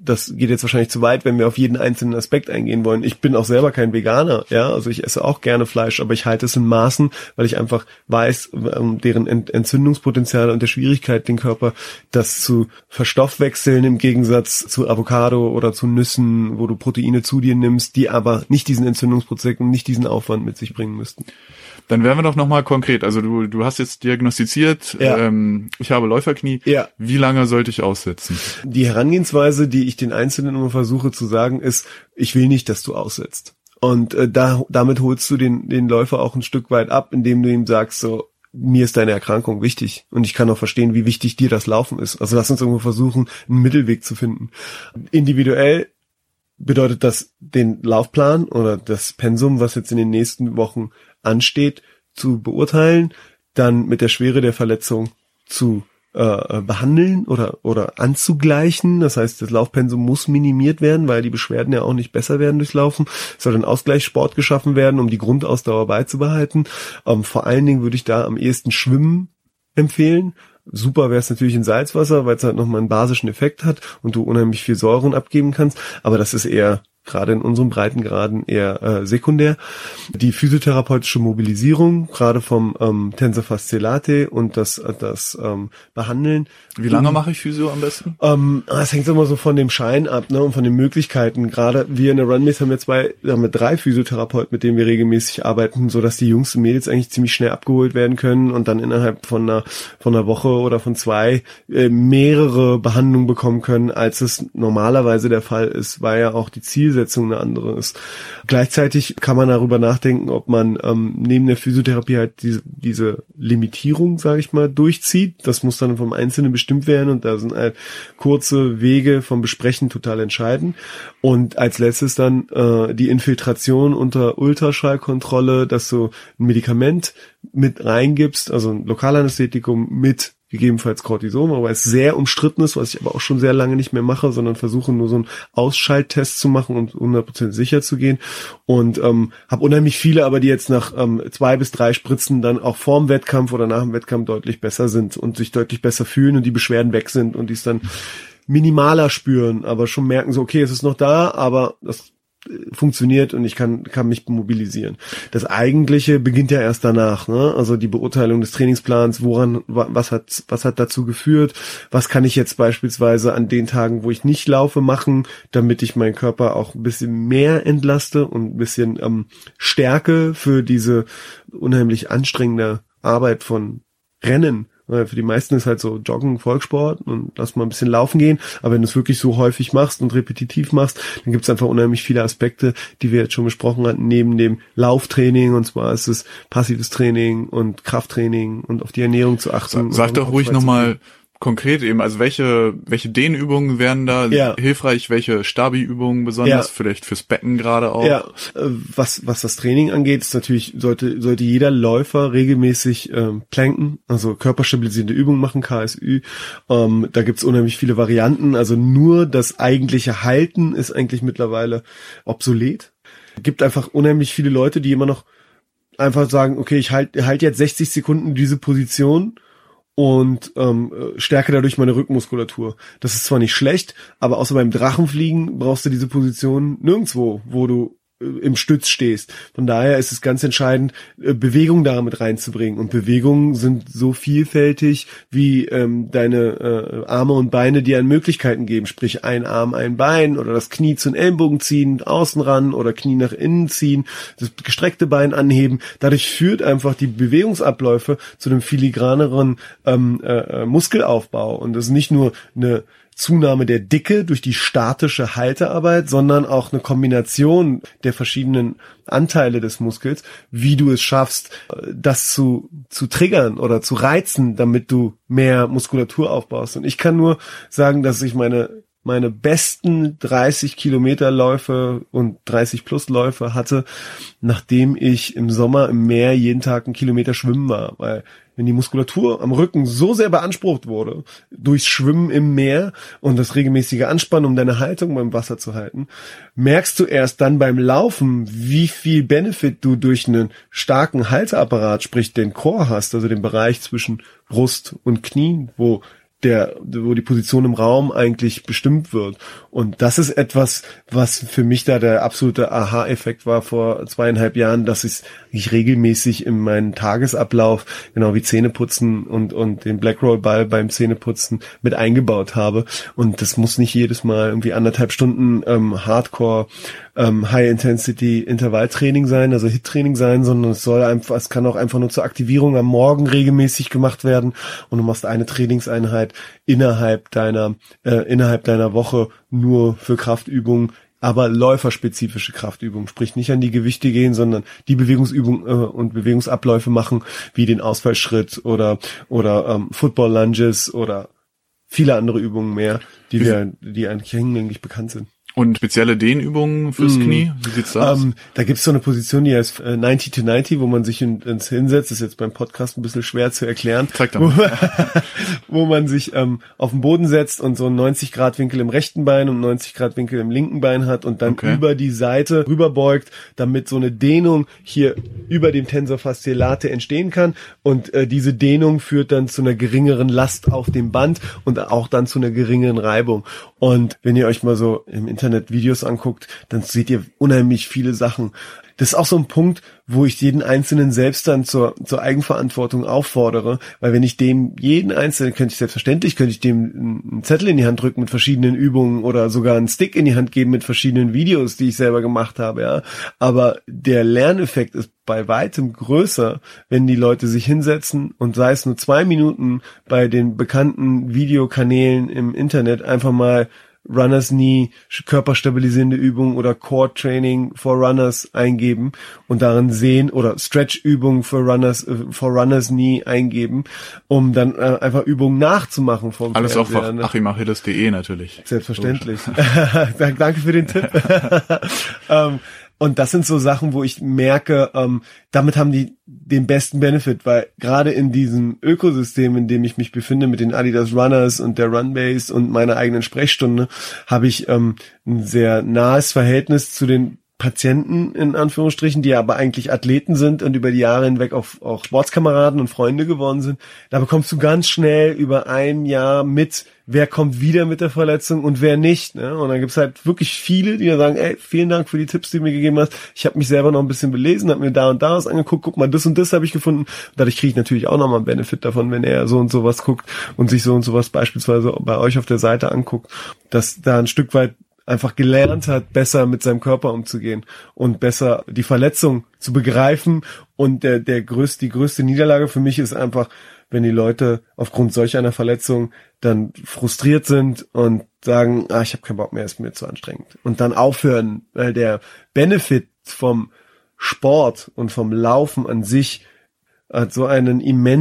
zu weit, wenn wir auf jeden einzelnen Aspekt eingehen wollen. Ich bin auch selber kein Veganer, ja, also ich esse auch gerne Fleisch, aber ich halte es in Maßen, weil ich einfach weiß, deren Entzündungspotenzial und der Schwierigkeit, den Körper das zu verstoffwechseln im Gegensatz zu Avocado oder zu Nüssen, wo du Proteine zu dir nimmst, die aber nicht diesen Entzündungsprozess und nicht diesen Aufwand mit sich bringen müssten. Dann wären wir doch nochmal konkret. Also du hast jetzt diagnostiziert, ja. Ich habe Läuferknie. Ja. Wie lange sollte ich aussetzen? Die Herangehensweise, die ich den Einzelnen immer versuche zu sagen, ist, ich will nicht, dass du aussetzt. Und damit holst du den Läufer auch ein Stück weit ab, indem du ihm sagst, so, mir ist deine Erkrankung wichtig und ich kann auch verstehen, wie wichtig dir das Laufen ist. Also lass uns irgendwo versuchen, einen Mittelweg zu finden. Individuell bedeutet das, den Laufplan oder das Pensum, was jetzt in den nächsten Wochen ansteht, zu beurteilen, dann mit der Schwere der Verletzung zu behandeln oder anzugleichen. Das heißt, das Laufpensum muss minimiert werden, weil die Beschwerden ja auch nicht besser werden durchs Laufen. Es soll ein Ausgleichssport geschaffen werden, um die Grundausdauer beizubehalten. Vor allen Dingen würde ich da am ehesten Schwimmen empfehlen. Super wäre es natürlich in Salzwasser, weil es halt nochmal einen basischen Effekt hat und du unheimlich viel Säuren abgeben kannst. Aber das ist eher, gerade in unseren Breitengraden, eher sekundär. Die physiotherapeutische Mobilisierung, gerade vom Tensor fasciolate und das Behandeln. Wie lange mache ich Physio am besten? Das hängt immer so von dem Schein ab, ne, und von den Möglichkeiten. Gerade wir in der Runmaze haben wir 3 Physiotherapeuten, mit denen wir regelmäßig arbeiten, so dass die Jungs und Mädels eigentlich ziemlich schnell abgeholt werden können und dann innerhalb von einer Woche oder von 2 mehrere Behandlungen bekommen können, als es normalerweise der Fall ist, weil ja auch die Zielsetzung eine andere ist. Gleichzeitig kann man darüber nachdenken, ob man neben der Physiotherapie halt diese Limitierung, sage ich mal, durchzieht. Das muss dann vom Einzelnen bestimmt werden und da sind halt kurze Wege vom Besprechen total entscheidend. Und als letztes dann die Infiltration unter Ultraschallkontrolle, dass du ein Medikament mit reingibst, also ein Lokalanästhetikum mit gegebenenfalls Cortison, aber es sehr umstritten ist, was ich aber auch schon sehr lange nicht mehr mache, sondern versuche nur so einen Ausschalttest zu machen, um 100% sicher zu gehen. Und habe unheimlich viele, aber die jetzt nach 2 bis 3 Spritzen dann auch vorm Wettkampf oder nach dem Wettkampf deutlich besser sind und sich deutlich besser fühlen und die Beschwerden weg sind und die es dann minimaler spüren, aber schon merken so, okay, es ist noch da, aber das funktioniert und ich kann mich mobilisieren. Das Eigentliche beginnt ja erst danach, ne? Also die Beurteilung des Trainingsplans, was hat dazu geführt, was kann ich jetzt beispielsweise an den Tagen, wo ich nicht laufe, machen, damit ich meinen Körper auch ein bisschen mehr entlaste und ein bisschen stärke für diese unheimlich anstrengende Arbeit von Rennen. Für die meisten ist halt so Joggen Volkssport und lass mal ein bisschen laufen gehen. Aber wenn du es wirklich so häufig machst und repetitiv machst, dann gibt es einfach unheimlich viele Aspekte, die wir jetzt schon besprochen hatten, neben dem Lauftraining. Und zwar ist es passives Training und Krafttraining und auf die Ernährung zu achten. Sag doch ruhig nochmal konkret eben, also welche Dehnübungen wären da hilfreich, welche Stabi-Übungen besonders, vielleicht fürs Becken gerade auch? Ja, was das Training angeht, ist natürlich, sollte jeder Läufer regelmäßig planken, also körperstabilisierende Übungen machen, KSÜ. Da gibt's unheimlich viele Varianten, also nur das eigentliche Halten ist eigentlich mittlerweile obsolet. Es gibt einfach unheimlich viele Leute, die immer noch einfach sagen, okay, ich halt jetzt 60 Sekunden diese Position und stärke dadurch meine Rückenmuskulatur. Das ist zwar nicht schlecht, aber außer beim Drachenfliegen brauchst du diese Position nirgendwo, wo du im Stütz stehst. Von daher ist es ganz entscheidend, Bewegung da mit reinzubringen. Und Bewegungen sind so vielfältig, wie deine Arme und Beine dir an Möglichkeiten geben. Sprich, ein Arm, ein Bein oder das Knie zu den Ellenbogen ziehen, außen ran oder Knie nach innen ziehen, das gestreckte Bein anheben. Dadurch führt einfach die Bewegungsabläufe zu einem filigraneren Muskelaufbau. Und das ist nicht nur eine Zunahme der Dicke durch die statische Haltearbeit, sondern auch eine Kombination der verschiedenen Anteile des Muskels, wie du es schaffst, das zu triggern oder zu reizen, damit du mehr Muskulatur aufbaust. Und ich kann nur sagen, dass ich meine besten 30 Kilometer Läufe und 30 plus Läufe hatte, nachdem ich im Sommer im Meer jeden Tag 1 Kilometer schwimmen war, weil wenn die Muskulatur am Rücken so sehr beansprucht wurde, durchs Schwimmen im Meer und das regelmäßige Anspannen, um deine Haltung beim Wasser zu halten, merkst du erst dann beim Laufen, wie viel Benefit du durch einen starken Halteapparat, sprich den Core hast, also den Bereich zwischen Brust und Knien, wo die Position im Raum eigentlich bestimmt wird. Und das ist etwas, was für mich da der absolute Aha-Effekt war vor 2,5 Jahren, dass ich regelmäßig in meinen Tagesablauf, genau wie Zähneputzen und den Blackroll-Ball beim Zähneputzen mit eingebaut habe. Und das muss nicht jedes Mal irgendwie 1,5 Stunden Hardcore High-Intensity-Intervalltraining sein, also HIIT-Training sein, sondern es kann auch einfach nur zur Aktivierung am Morgen regelmäßig gemacht werden und du machst eine Trainingseinheit innerhalb deiner Woche nur für Kraftübungen, aber läuferspezifische Kraftübungen, sprich nicht an die Gewichte gehen, sondern die Bewegungsübungen und Bewegungsabläufe machen, wie den Ausfallschritt oder Football Lunges oder viele andere Übungen mehr, die eigentlich hinlänglich bekannt sind. Und spezielle Dehnübungen fürs Knie? Wie sieht's da aus? Da gibt's so eine Position, die heißt 90 to 90, wo man sich ins hinsetzt. Das ist jetzt beim Podcast ein bisschen schwer zu erklären. Zeig doch mal. Wo man sich auf den Boden setzt und so einen 90-Grad-Winkel im rechten Bein und 90-Grad-Winkel im linken Bein hat und dann über die Seite rüberbeugt, damit so eine Dehnung hier über dem Tensor fasciae latae entstehen kann. Und diese Dehnung führt dann zu einer geringeren Last auf dem Band und auch dann zu einer geringeren Reibung. Und wenn ihr euch mal so im Internet Videos anguckt, dann seht ihr unheimlich viele Sachen. Das ist auch so ein Punkt, wo ich jeden Einzelnen selbst dann zur Eigenverantwortung auffordere, weil wenn ich jeden Einzelnen, könnte ich dem einen Zettel in die Hand drücken mit verschiedenen Übungen oder sogar einen Stick in die Hand geben mit verschiedenen Videos, die ich selber gemacht habe, ja. Aber der Lerneffekt ist bei weitem größer, wenn die Leute sich hinsetzen und sei es nur 2 Minuten bei den bekannten Videokanälen im Internet einfach mal Runners Knee, körperstabilisierende Übungen oder Core Training for Runners eingeben und darin sehen oder Stretch Übungen for Runners Knee eingeben, um dann einfach Übungen nachzumachen vom Alles Fernseher, auch auf achimachilles.de natürlich. Selbstverständlich. Danke für den Tipp. Und das sind so Sachen, wo ich merke, damit haben die den besten Benefit, weil gerade in diesem Ökosystem, in dem ich mich befinde, mit den Adidas Runners und der Runbase und meiner eigenen Sprechstunde, habe ich ein sehr nahes Verhältnis zu den Patienten, in Anführungsstrichen, die aber eigentlich Athleten sind und über die Jahre hinweg auch Sportskameraden und Freunde geworden sind. Da bekommst du ganz schnell über ein Jahr mit, wer kommt wieder mit der Verletzung und wer nicht. Ne? Und dann gibt's halt wirklich viele, die dann sagen, ey, vielen Dank für die Tipps, die du mir gegeben hast. Ich habe mich selber noch ein bisschen belesen, habe mir da und da was angeguckt, guck mal, das und das habe ich gefunden. Dadurch kriege ich natürlich auch nochmal einen Benefit davon, wenn er so und sowas guckt und sich so und sowas beispielsweise bei euch auf der Seite anguckt, dass da ein Stück weit einfach gelernt hat, besser mit seinem Körper umzugehen und besser die Verletzung zu begreifen. Und die größte Niederlage für mich ist einfach, wenn die Leute aufgrund solch einer Verletzung dann frustriert sind und sagen, ich habe keinen Bock mehr, ist mir zu anstrengend. Und dann aufhören, weil der Benefit vom Sport und vom Laufen an sich hat so einen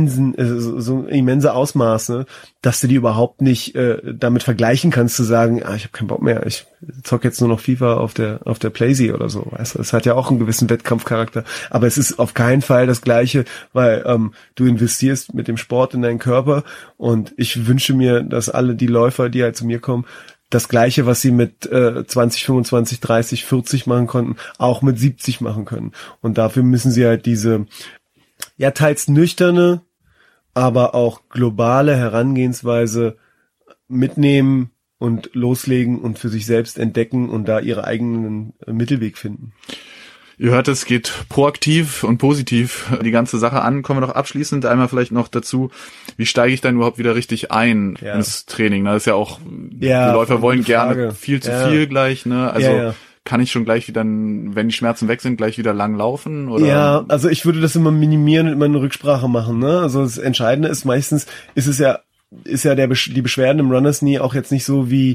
immense Ausmaße, dass du die überhaupt nicht damit vergleichen kannst, zu sagen, ich habe keinen Bock mehr, ich zock jetzt nur noch FIFA auf der Playsee oder so, weißt du, es hat ja auch einen gewissen Wettkampfcharakter, aber es ist auf keinen Fall das Gleiche, weil du investierst mit dem Sport in deinen Körper und ich wünsche mir, dass alle die Läufer, die halt zu mir kommen, das Gleiche, was sie mit 20, 25, 30, 40 machen konnten, auch mit 70 machen können. Und dafür müssen sie halt diese teils nüchterne, aber auch globale Herangehensweise mitnehmen und loslegen und für sich selbst entdecken und da ihre eigenen Mittelweg finden. Ihr hört, es geht proaktiv und positiv die ganze Sache an. Kommen wir noch abschließend einmal vielleicht noch dazu, wie steige ich dann überhaupt wieder richtig ein ins Training? Das ist ja auch, die Läufer wollen gerne viel zu viel gleich, ne? Also kann ich schon gleich wieder, wenn die Schmerzen weg sind, gleich wieder lang laufen? Oder? Ja, also ich würde das immer minimieren und immer eine Rücksprache machen, ne? Also das Entscheidende ist meistens, ist ja die Beschwerden im Runners Knee auch jetzt nicht so wie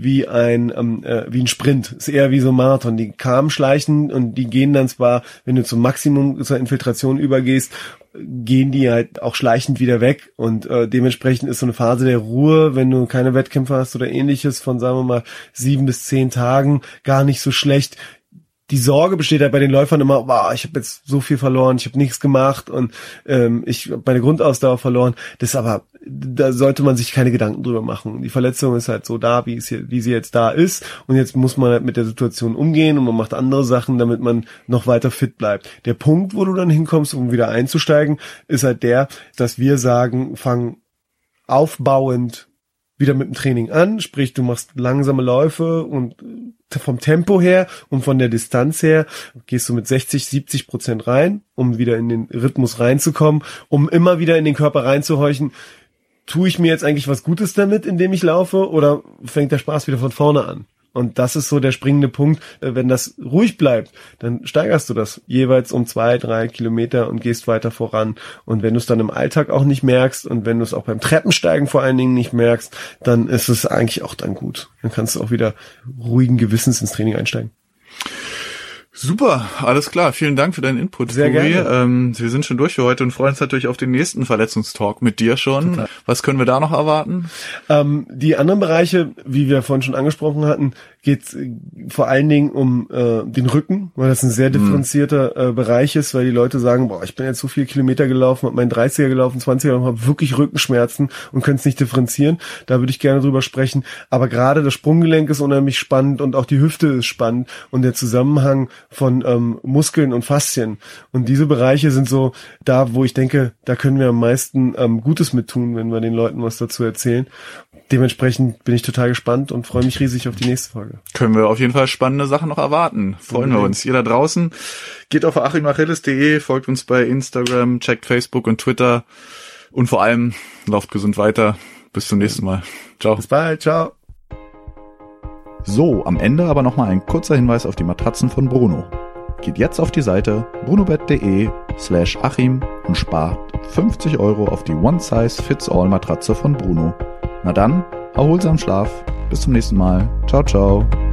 ein Sprint. Ist eher wie so ein Marathon. Die kamen schleichen und die gehen dann zwar, wenn du zum Maximum zur Infiltration übergehst, gehen die halt auch schleichend wieder weg und dementsprechend ist so eine Phase der Ruhe, wenn du keine Wettkämpfe hast oder ähnliches von, sagen wir mal, 7 bis 10 Tagen, gar nicht so schlecht. Die Sorge besteht halt bei den Läufern immer, ich habe jetzt so viel verloren, ich habe nichts gemacht und ich habe meine Grundausdauer verloren. Da sollte man sich keine Gedanken drüber machen. Die Verletzung ist halt so da, wie sie jetzt da ist und jetzt muss man halt mit der Situation umgehen und man macht andere Sachen, damit man noch weiter fit bleibt. Der Punkt, wo du dann hinkommst, um wieder einzusteigen, ist halt der, dass wir sagen, fang aufbauend wieder mit dem Training an, sprich du machst langsame Läufe und vom Tempo her und von der Distanz her gehst du mit 60-70% rein, um wieder in den Rhythmus reinzukommen, um immer wieder in den Körper reinzuhorchen, tue ich mir jetzt eigentlich was Gutes damit, indem ich laufe, oder fängt der Spaß wieder von vorne an? Und das ist so der springende Punkt. Wenn das ruhig bleibt, dann steigerst du das jeweils um 2-3 Kilometer und gehst weiter voran. Und wenn du es dann im Alltag auch nicht merkst und wenn du es auch beim Treppensteigen vor allen Dingen nicht merkst, dann ist es eigentlich auch dann gut. Dann kannst du auch wieder ruhigen Gewissens ins Training einsteigen. Super, alles klar. Vielen Dank für deinen Input. Sehr gerne. Wir sind schon durch für heute und freuen uns natürlich auf den nächsten Verletzungstalk mit dir schon. Total. Was können wir da noch erwarten? Die anderen Bereiche, wie wir vorhin schon angesprochen hatten, geht vor allen Dingen um den Rücken, weil das ein sehr differenzierter Bereich ist, weil die Leute sagen, ich bin jetzt so viele Kilometer gelaufen, habe meinen 30er gelaufen, 20er und habe wirklich Rückenschmerzen und können es nicht differenzieren. Da würde ich gerne drüber sprechen. Aber gerade das Sprunggelenk ist unheimlich spannend und auch die Hüfte ist spannend und der Zusammenhang von Muskeln und Faszien. Und diese Bereiche sind so da, wo ich denke, da können wir am meisten Gutes mit tun, wenn wir den Leuten was dazu erzählen. Dementsprechend bin ich total gespannt und freue mich riesig auf die nächste Folge. Können wir auf jeden Fall spannende Sachen noch erwarten. Freuen wir uns. Ihr da draußen, geht auf achimachilles.de, folgt uns bei Instagram, checkt Facebook und Twitter und vor allem lauft gesund weiter. Bis zum nächsten Mal. Ciao. Bis bald. Ciao. So, am Ende aber nochmal ein kurzer Hinweis auf die Matratzen von Bruno. Geht jetzt auf die Seite brunobett.de/Achim und spart 50 € auf die One-Size-Fits-All Matratze von Bruno. Na dann, erholsamen Schlaf. Bis zum nächsten Mal. Ciao, ciao.